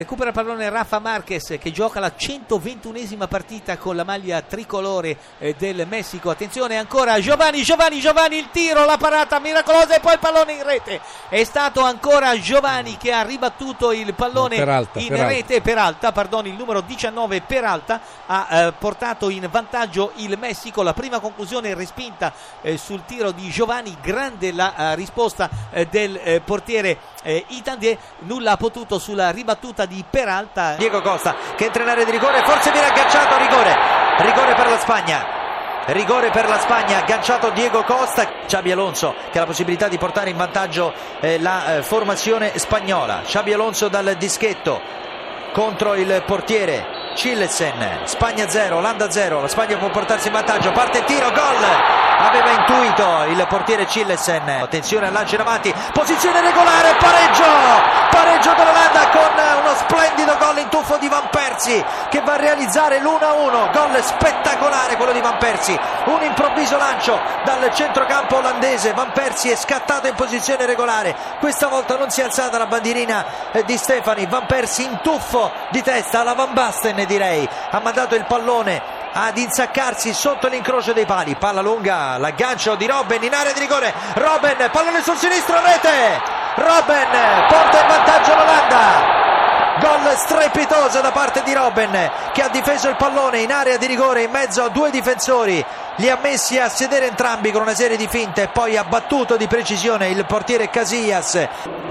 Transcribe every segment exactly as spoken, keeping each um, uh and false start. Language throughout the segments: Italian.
Recupera pallone Rafa Marquez che gioca la centoventunesima partita con la maglia tricolore eh, del Messico. Attenzione ancora Giovanni, Giovanni, Giovanni, il tiro, la parata miracolosa e poi il pallone in rete. È stato ancora Giovanni che ha ribattuto il pallone no, Peralta, in Peralta. rete. Peralta, pardon, il numero diciannove Peralta ha eh, portato in vantaggio il Messico. La prima conclusione respinta eh, sul tiro di Giovanni, grande la eh, risposta eh, del eh, portiere eh, Itandé, nulla ha potuto sulla ribattuta di Peralta. Diego Costa che entra in area di rigore, forse viene agganciato, rigore, rigore per la Spagna, rigore per la Spagna, agganciato Diego Costa. Xabi Alonso che ha la possibilità di portare in vantaggio eh, la eh, formazione spagnola. Xabi Alonso dal dischetto contro il portiere Chilesen. Spagna zero, Olanda zero, la Spagna può portarsi in vantaggio, parte il tiro, gol, aveva intuito il portiere Chilesen. Attenzione al lancio in avanti, posizione regolare, pareggio, pareggio dell'Olanda con uno splendido gol in tuffo di Van Persie che va a realizzare l'uno a uno, gol spettacolare quello di Van Persie, un improvviso lancio dal centrocampo olandese. Van Persie è scattato in posizione regolare, questa volta non si è alzata la bandierina di Stefani. Van Persie in tuffo di testa alla Van Basten, direi, ha mandato il pallone ad insaccarsi sotto l'incrocio dei pali, palla lunga, l'aggancio di Robben in area di rigore, Robben, pallone sul sinistro, rete, Robben porta in vantaggio l'Olanda. Gol strepitoso da parte di Robben che ha difeso il pallone in area di rigore in mezzo a due difensori, li ha messi a sedere entrambi con una serie di finte e poi ha battuto di precisione il portiere Casillas.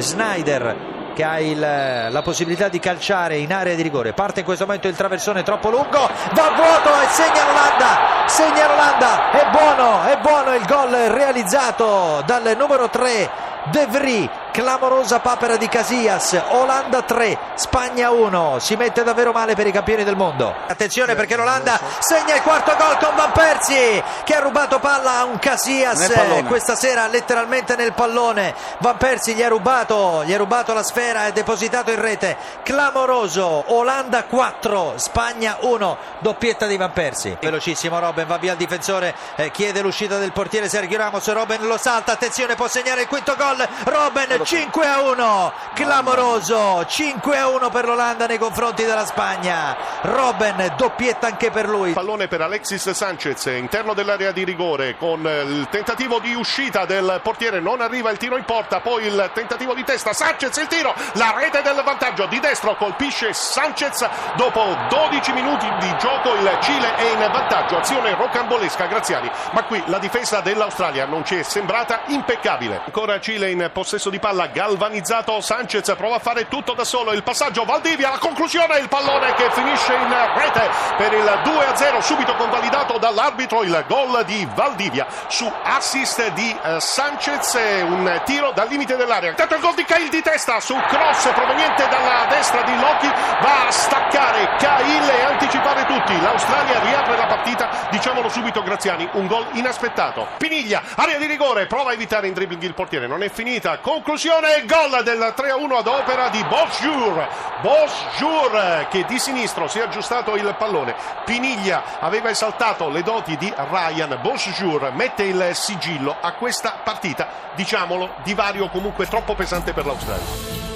Snyder che ha il, la possibilità di calciare in area di rigore, parte in questo momento il traversone troppo lungo, va a vuoto e segna l'Olanda, segna l'Olanda, è buono, è buono il gol realizzato dal numero tre De Vries, clamorosa papera di Casillas. Olanda tre, Spagna uno, si mette davvero male per i campioni del mondo. Attenzione perché l'Olanda segna il quarto gol con Van Persie che ha rubato palla a un Casillas questa sera letteralmente nel pallone. Van Persie gli ha rubato, gli ha rubato la sfera e depositato in rete, clamoroso. Olanda quattro, Spagna uno, doppietta di Van Persie. Velocissimo Robben, va via il difensore, eh, chiede l'uscita del portiere Sergio Ramos, Robben lo salta, attenzione, può segnare il quinto gol. Robben cinque a uno, clamoroso, cinque a uno per l'Olanda nei confronti della Spagna. Robben, doppietta anche per lui. Pallone per Alexis Sanchez interno dell'area di rigore con il tentativo di uscita del portiere, non arriva il tiro in porta, poi il tentativo di testa, Sanchez il tiro, la rete del vantaggio, di destro colpisce Sanchez. Dopo dodici minuti di gioco il Cile è in vantaggio, azione rocambolesca Graziani, ma qui la difesa dell'Australia non ci è sembrata impeccabile. Ancora Cile in possesso di palla, galvanizzato Sanchez, prova a fare tutto da solo, il passaggio Valdivia, la conclusione, il pallone che finisce in rete per il due a zero, subito convalidato dall'arbitro il gol di Valdivia su assist di uh, Sanchez, un tiro dal limite dell'area. Intanto il gol di Cahill di testa su cross proveniente dalla destra di Loki, va a staccare Cahill e anticipare tutti. L'Australia riapre la partita, diciamolo subito Graziani, un gol inaspettato. Piniglia, area di rigore, prova a evitare in dribbling il portiere, non è finita, conclusione, gol del tre a uno ad opera di Bonjour, Bonjour che di sinistro si è aggiustato il pallone. Piniglia aveva esaltato le doti di Ryan, Bonjour mette il sigillo a questa partita, diciamolo, divario comunque troppo pesante per l'Australia.